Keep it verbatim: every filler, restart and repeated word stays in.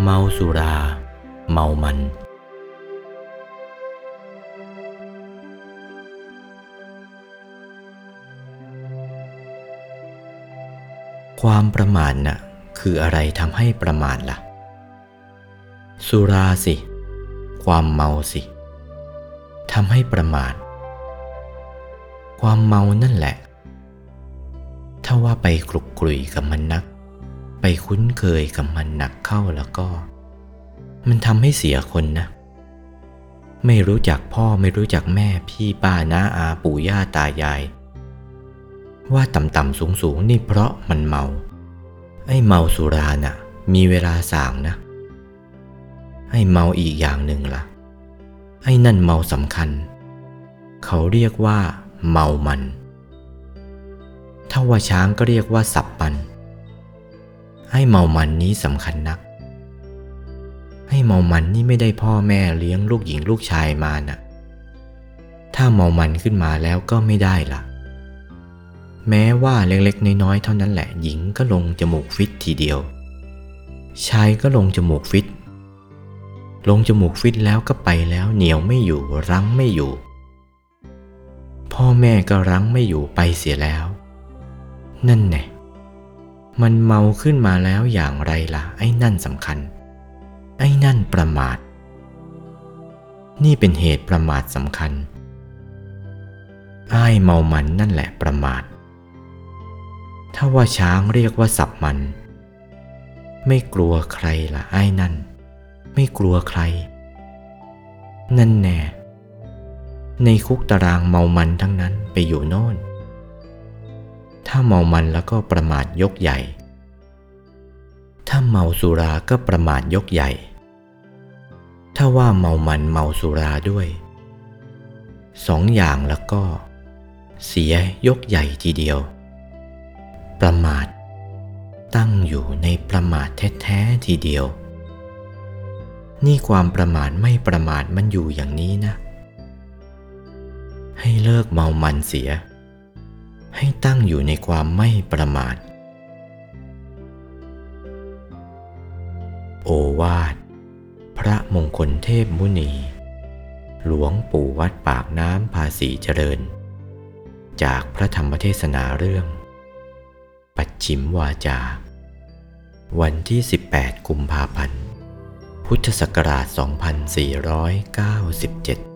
เมาสุราเมามันความประมาทน่ะคืออะไรทำให้ประมาทล่ะสุราสิความเมาสิทำให้ประมาทความเมานั่นแหละถ้าว่าไปคลุกคลีกับมันนักไปคุ้นเคยกับมันหนักเข้าแล้วก็มันทำให้เสียคนนะไม่รู้จักพ่อไม่รู้จักแม่พี่ป้าน้าอาปู่ย่าตายายว่าต่ำๆสูงๆนี่เพราะมันเมาไอ้เมาสุราน่ะมีเวลาส่างนะไอ้เมาอีกอย่างหนึ่งล่ะไอ้นั่นเมาสำคัญเขาเรียกว่าเมามันถ้าว่าช้างก็เรียกว่าสับมันไอ้เมามันนี้สำคัญนักไอ้เมามันนี่ไม่ได้พ่อแม่เลี้ยงลูกหญิงลูกชายมาน่ะถ้าเมามันขึ้นมาแล้วก็ไม่ได้ล่ะแม้ว่าเล็กๆน้อยๆเท่านั้นแหละหญิงก็ลงจมูกฟิตทีเดียวชายก็ลงจมูกฟิตลงจมูกฟิตแล้วก็ไปแล้วเหนียวไม่อยู่รั้งไม่อยู่พ่อแม่ก็รั้งไม่อยู่ไปเสียแล้วนั่นแน่มันเมาขึ้นมาแล้วอย่างไรล่ะไอ้นั่นสำคัญไอ้นั่นประมาทนี่เป็นเหตุประมาทสำคัญไอ้เมามันนั่นแหละประมาทถ้าว่าช้างเรียกว่าสับมันไม่กลัวใครล่ะไอ้นั่นไม่กลัวใครนั่นแน่ในคุกตารางเมามันทั้งนั้นไปอยู่โน่นถ้าเมามันแล้วก็ประมาทยกใหญ่ถ้าเมาสุราก็ประมาทยกใหญ่ถ้าว่าเมามันเมาสุราด้วยสองอย่างแล้วก็เสียยกใหญ่ทีเดียวประมาทตั้งอยู่ในประมาทแท้ๆทีเดียวนี่ความประมาทไม่ประมาทมันอยู่อย่างนี้นะให้เลิกเมามันเสียให้ตั้งอยู่ในความไม่ประมาทโอวาทพระมงคลเทพมุนีหลวงปู่วัดปากน้ำภาษีเจริญจากพระธรรมเทศนาเรื่องปัจฉิมวาจาวันที่สิบแปดกุมภาพันธ์พุทธศักราชสองพันสี่ร้อยเก้าสิบเจ็ด